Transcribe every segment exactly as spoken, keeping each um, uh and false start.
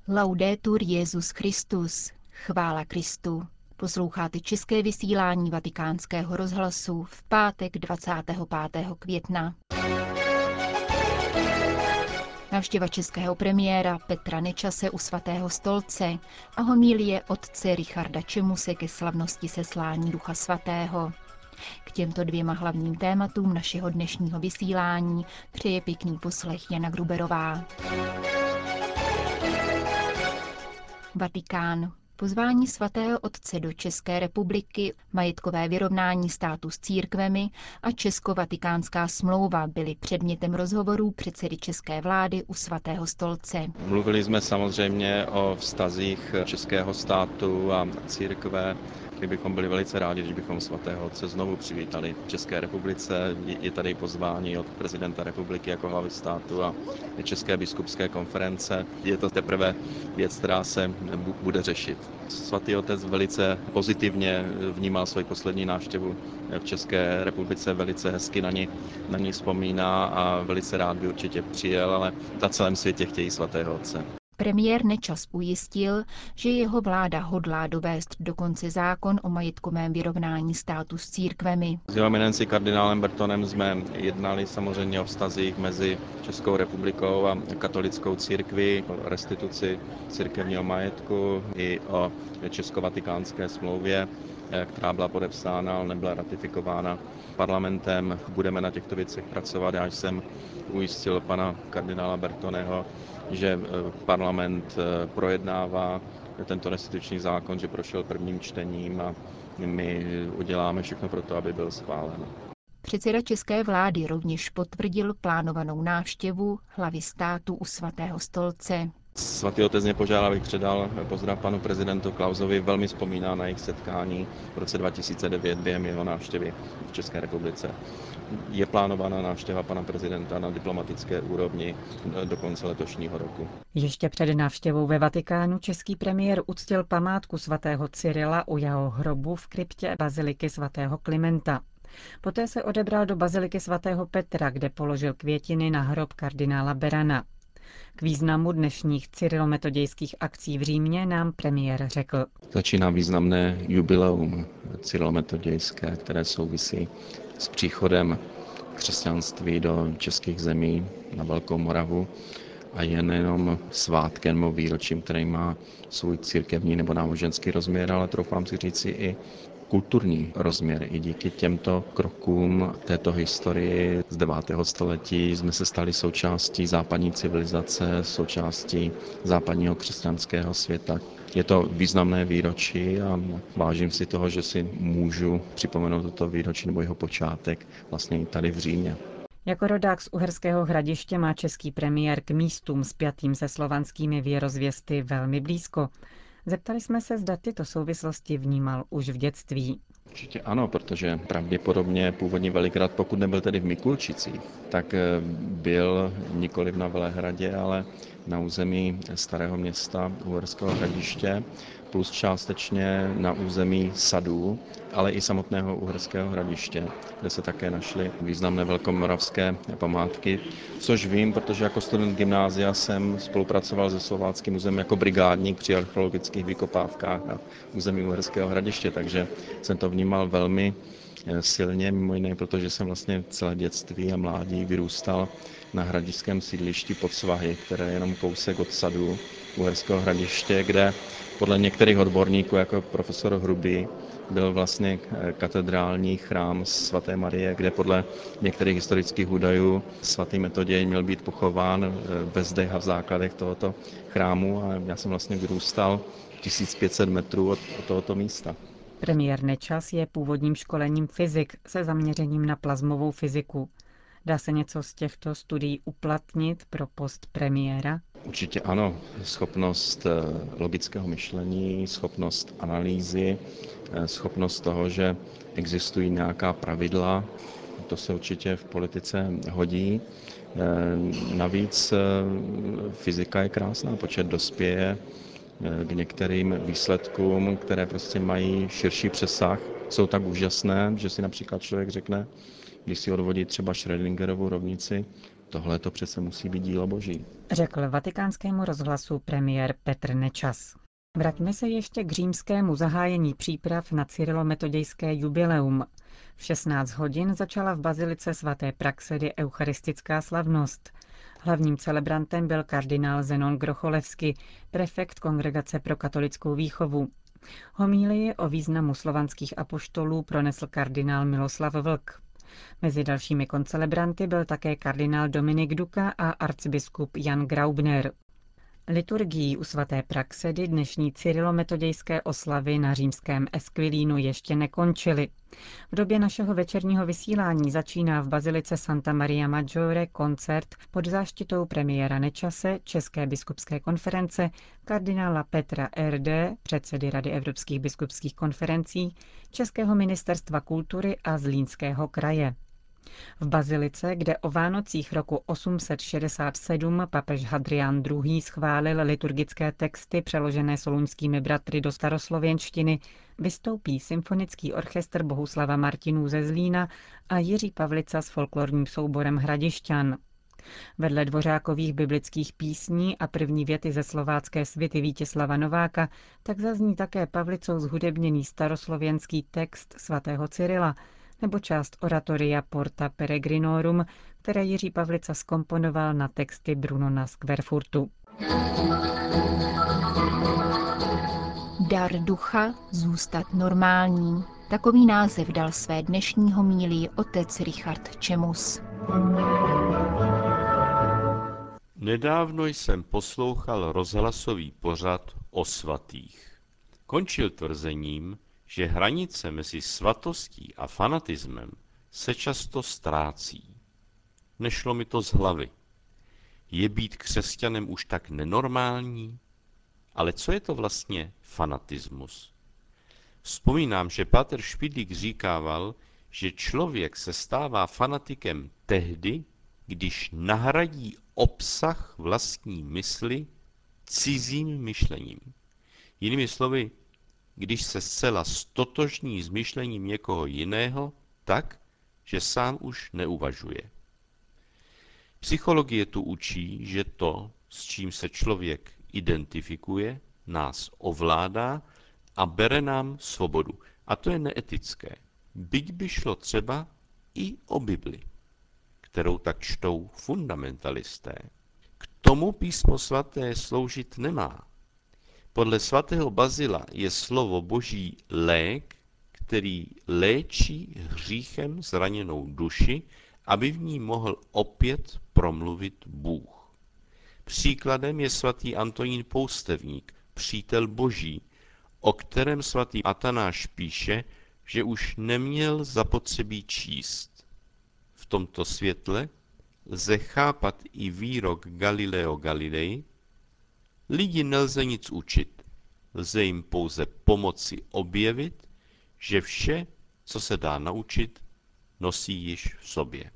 Laudetur Jesus Christus. Chvála Kristu. Posloucháte české vysílání Vatikánského rozhlasu v pátek dvacátého pátého května. Navštěva českého premiéra Petra Nečase u svatého stolce a homilie otce Richarda Čemuse ke slavnosti seslání Ducha svatého. K těmto dvěma hlavním tématům našeho dnešního vysílání přeje pěkný poslech Jana Gruberová. Vatikán. Pozvání svatého otce do České republiky, majetkové vyrovnání státu s církvemi a česko-vatikánská smlouva byly předmětem rozhovorů předsedy české vlády u svatého stolce. Mluvili jsme samozřejmě o vztazích českého státu a církve. Bychom byli velice rádi, když bychom svatého otce znovu přivítali v České republice. Je tady pozvání od prezidenta republiky jako hlavy státu a České biskupské konference. Je to teprve věc, která se bude řešit. Svatý otec velice pozitivně vnímal svoji poslední návštěvu v České republice, velice hezky na ní, na ní vzpomíná a velice rád by určitě přijel, ale na celém světě chtějí svatého otce. Premiér Nečas ujistil, že jeho vláda hodlá dovést do konce zákon o majetkovém vyrovnání státu s církvemi. S jeho eminencí kardinálem Bertonem jsme jednali samozřejmě o vztazích mezi Českou republikou a katolickou církví, o restituci církevního majetku i o česko-vatikánské smlouvě, která byla podepsána, ale nebyla ratifikována parlamentem. Budeme na těchto věcech pracovat. Já jsem ujistil pana kardinála Bertoneho, že parlament projednává tento restituční zákon, že prošel prvním čtením a my uděláme všechno pro to, aby byl schválen. Předseda české vlády rovněž potvrdil plánovanou návštěvu hlavy státu u svatého stolce. Svatý otec mě požádal, abych předal pozdrav panu prezidentu Klausovi. Velmi vzpomíná na jejich setkání v roce dva tisíce devět během jeho návštěvy v České republice. Je plánována návštěva pana prezidenta na diplomatické úrovni do konce letošního roku. Ještě před návštěvou ve Vatikánu český premiér uctil památku svatého Cyrila u jeho hrobu v kryptě baziliky svatého Klimenta. Poté se odebral do baziliky svatého Petra, kde položil květiny na hrob kardinála Berana. K významu dnešních cyrilometodějských akcí v Římě nám premiér řekl. Začíná významné jubileum cyrilometodějské, které souvisí s příchodem křesťanství do českých zemí na Velkou Moravu a je nejenom svátkem nebo výročím, který má svůj církevní nebo náboženský rozměr, ale troufám si říci i kulturní rozměr. I díky těmto krokům této historii z devátého století jsme se stali součástí západní civilizace, součástí západního křesťanského světa. Je to významné výročí a vážím si toho, že si můžu připomenout toto výročí nebo jeho počátek vlastně i tady v Římě. Jako rodák z Uherského Hradiště má český premiér k místům spjatým se slovanskými věrozvěsty velmi blízko. Zeptali jsme se, zda tyto souvislosti vnímal už v dětství. Určitě ano, protože pravděpodobně původní Velihrad, pokud nebyl tedy v Mikulčicích, tak byl nikoliv na Velehradě, ale na území starého města Uherského Hradiště, plus částečně na území sadů, ale i samotného Uherského Hradiště, kde se také našly významné velkomoravské památky, což vím, protože jako student gymnázia jsem spolupracoval se Slováckým muzeem jako brigádník při archeologických vykopávkách na území Uherského Hradiště, takže jsem to vnímal velmi silně, mimo jiné, protože jsem vlastně celé dětství a mládí vyrůstal na hradišském sídlišti pod Svahy, které je jenom kousek od sadu Uherského Hradiště, kde podle některých odborníků, jako profesor Hrubý, byl vlastně katedrální chrám svaté Marie, kde podle některých historických údajů svatý Metoděj měl být pochován ve zdech a v základech tohoto chrámu a já jsem vlastně vyrůstal tisíc pět set metrů od, od tohoto místa. Premiér Nečas je původním školením fyzik se zaměřením na plazmovou fyziku. Dá se něco z těchto studií uplatnit pro post premiéra? Určitě ano. Schopnost logického myšlení, schopnost analýzy, schopnost toho, že existují nějaká pravidla, to se určitě v politice hodí. Navíc fyzika je krásná, počet dospěje k některým výsledkům, které prostě mají širší přesah, jsou tak úžasné, že si například člověk řekne, když si odvodí třeba Schrödingerovu rovnici, Tohle to přece musí být dílo Boží. Řekl Vatikánskému rozhlasu premiér Petr Nečas. Vraťme se ještě k římskému zahájení příprav na cyrilometodějské jubileum. V šestnáct hodin začala v bazilice svaté Praxedy eucharistická slavnost. Hlavním celebrantem byl kardinál Zenon Grocholevsky, prefekt Kongregace pro katolickou výchovu. Homílii o významu slovanských apoštolů pronesl kardinál Miloslav Vlk. Mezi dalšími koncelebranty byl také kardinál Dominik Duka a arcibiskup Jan Graubner. Liturgií u svaté Praxedy dnešní cyrilometodějské oslavy na římském Esquilínu ještě nekončily. V době našeho večerního vysílání začíná v bazilice Santa Maria Maggiore koncert pod záštitou premiéra Nečase, České biskupské konference, kardinála Petra R D, předsedy Rady evropských biskupských konferencí, Českého ministerstva kultury a Zlínského kraje. V bazilice, kde o Vánocích roku osm set šedesát sedm papež Hadrián druhý. Schválil liturgické texty přeložené soluňskými bratry do staroslověnštiny, vystoupí symfonický orchestr Bohuslava Martinů ze Zlína a Jiří Pavlica s folklorním souborem Hradišťan. Vedle Dvořákových biblických písní a první věty ze slovácké svity Vítězslava Nováka tak zazní také Pavlicou zhudebněný staroslověnský text svatého Cyrila, nebo část oratoria Porta Peregrinorum, které Jiří Pavlica zkomponoval na texty Brunona z Querfurtu. Dar ducha zůstat normální. Takový název dal své dnešní homílii otec Richard Čemus. Nedávno jsem poslouchal rozhlasový pořad o svatých. Končil tvrzením, že hranice mezi svatostí a fanatismem se často ztrácí. Nešlo mi to z hlavy. Je být křesťanem už tak nenormální? Ale co je to vlastně fanatismus? Vzpomínám, že páter Špidlík říkával, že člověk se stává fanatikem tehdy, když nahradí obsah vlastní mysli cizím myšlením. Jinými slovy, když se zcela stotožní s myšlením někoho jiného tak, že sám už neuvažuje. Psychologie tu učí, že to, s čím se člověk identifikuje, nás ovládá a bere nám svobodu. A to je neetické. Byť by šlo třeba i o Bibli, kterou tak čtou fundamentalisté. K tomu písmo svaté sloužit nemá. Podle svatého Bazila je slovo Boží lék, který léčí hříchem zraněnou duši, aby v ní mohl opět promluvit Bůh. Příkladem je svatý Antonín Poustevník, přítel Boží, o kterém svatý Atanáš píše, že už neměl zapotřebí číst. V tomto světle lze chápat i výrok Galileo Galilei: lidi nelze nic učit, lze jim pouze pomoci objevit, že vše, co se dá naučit, nosí již v sobě.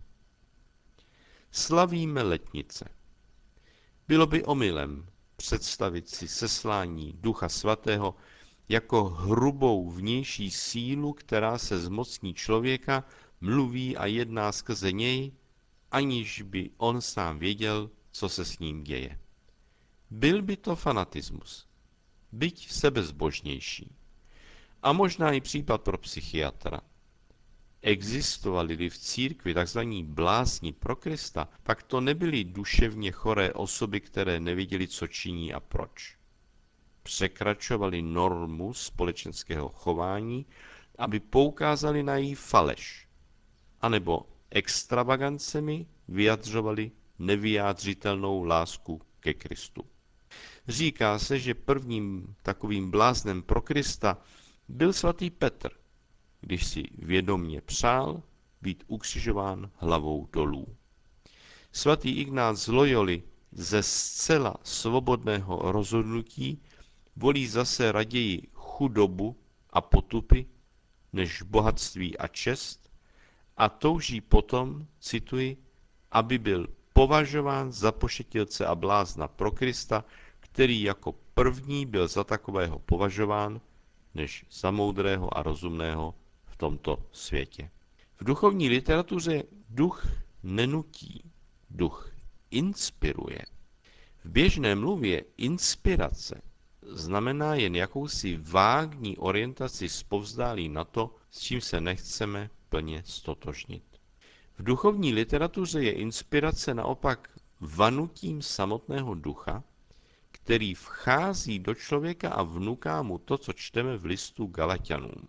Slavíme letnice. Bylo by omylem představit si seslání Ducha Svatého jako hrubou vnější sílu, která se zmocní člověka, mluví a jedná skrze něj, aniž by on sám věděl, co se s ním děje. Byl by to fanatismus, byť sebezbožnější. A možná i případ pro psychiatra. Existovali-li v církvi tzv. Blázni pro Krista, pak to nebyly duševně choré osoby, které nevěděli, co činí a proč. Překračovali normu společenského chování, aby poukázali na její faleš, anebo extravagancemi vyjadřovali nevyjádřitelnou lásku ke Kristu. Říká se, že prvním takovým bláznem pro Krista byl svatý Petr, když si vědomně přál být ukřižován hlavou dolů. Svatý Ignác z Loyoli ze zcela svobodného rozhodnutí volí zase raději chudobu a potupy než bohatství a čest a touží potom, cituji, aby byl považován za pošetilce a blázna pro Krista, který jako první byl za takového považován, než za moudrého a rozumného v tomto světě. V duchovní literatuře duch nenutí, Duch inspiruje. V běžné mluvě inspirace znamená jen jakousi vágní orientaci zpovzdálí na to, s čím se nechceme plně stotožnit. V duchovní literatuře je inspirace naopak vanutím samotného ducha, který vchází do člověka a vnuká mu to, co čteme v listu Galatianům.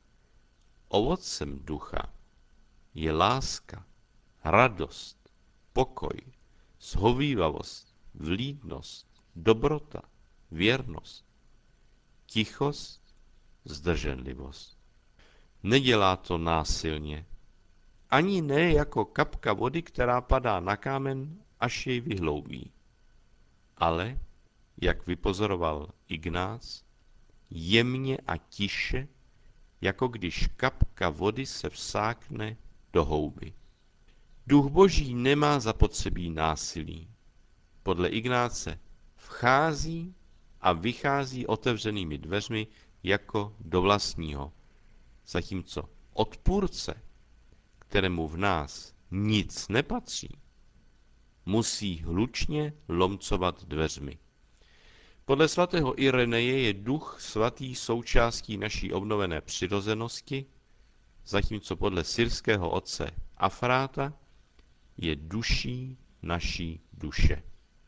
Ovocem ducha je láska, radost, pokoj, shovívavost, vlídnost, dobrota, věrnost, tichost, zdrženlivost. Nedělá to násilně, ani ne jako kapka vody, která padá na kámen, až jej vyhloubí. Ale, jak vypozoroval Ignác, jemně a tiše, jako když kapka vody se vsákne do houby. Duch Boží nemá zapotřebí násilí. Podle Ignáce vchází a vychází otevřenými dveřmi jako do vlastního, zatímco odpůrce, kterému v nás nic nepatří, musí hlučně lomcovat dveřmi. Podle svatého Ireneje je Duch Svatý součástí naší obnovené přirozenosti, zatímco podle syrského otce Afráta je duší naší duše.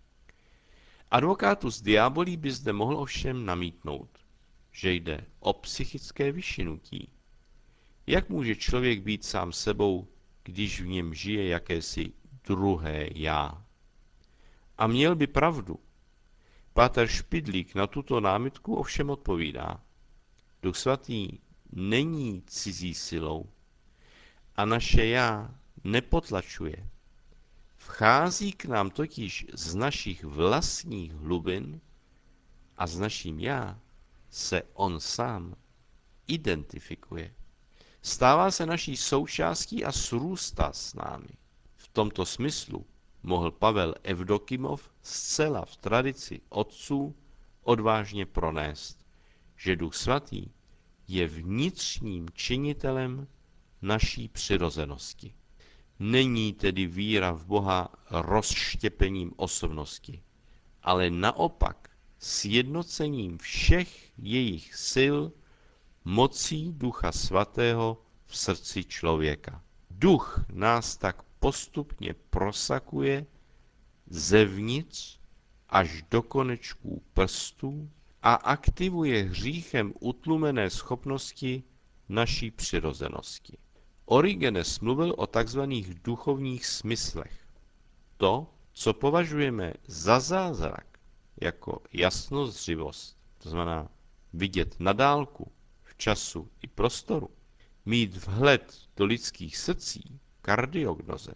Advocatus diaboli by zde mohl ovšem namítnout, že jde o psychické vyšinutí. Jak může člověk být sám sebou, když v něm žije jakési druhé já? A měl by pravdu. Páter Špidlík na tuto námitku ovšem odpovídá. Duch Svatý není cizí silou a naše já nepotlačuje. Vchází k nám totiž z našich vlastních hlubin a s naším já se on sám identifikuje. Stává se naší součástí a srůstá s námi. V tomto smyslu mohl Pavel Evdokimov zcela v tradici otců odvážně pronést, že Duch Svatý je vnitřním činitelem naší přirozenosti. Není tedy víra v Boha rozštěpením osobnosti, ale naopak sjednocením všech jejich sil mocí Ducha Svatého v srdci člověka. Duch nás tak postupně prosakuje zevnitř až do konečků prstů a aktivuje hříchem utlumené schopnosti naší přirozenosti. Origenes mluvil o takzvaných duchovních smyslech. To, co považujeme za zázrak, jako jasnozřivost, to znamená vidět na dálku, v času i prostoru, mít vhled do lidských srdcí, kardiognoze,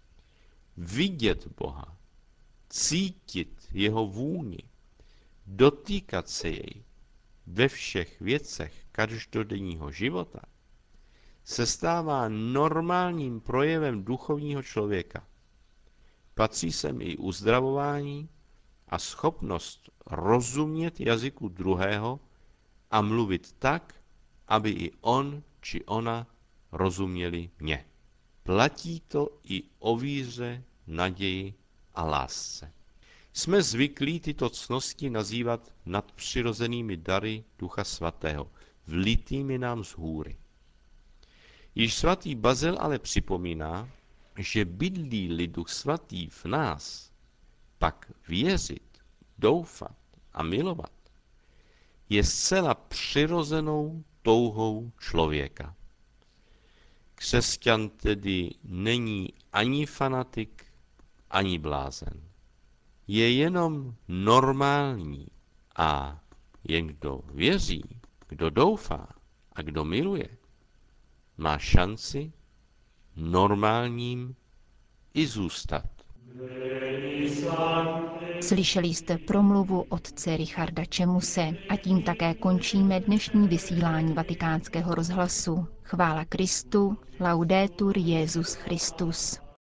vidět Boha, cítit jeho vůni, dotýkat se jej ve všech věcech každodenního života, se stává normálním projevem duchovního člověka. Patří sem i uzdravování a schopnost rozumět jazyku druhého a mluvit tak, aby i on či ona rozuměli mě. Platí to i o víře, naději a lásce. Jsme zvyklí tyto ctnosti nazývat nadpřirozenými dary Ducha Svatého, vlitými nám z hůry. Již svatý Bazil ale připomíná, že bydlí-li Duch Svatý v nás, pak věřit, doufat a milovat je zcela přirozenou touhou člověka. Křesťan tedy není ani fanatik, ani blázen. Je jenom normální a jen kdo věří, kdo doufá a kdo miluje, má šanci normálním i zůstat. Slyšeli jste promluvu otce Richarda Čemuse a tím také končíme dnešní vysílání Vatikánského rozhlasu. Chvála Kristu, laudetur Jesus Christus.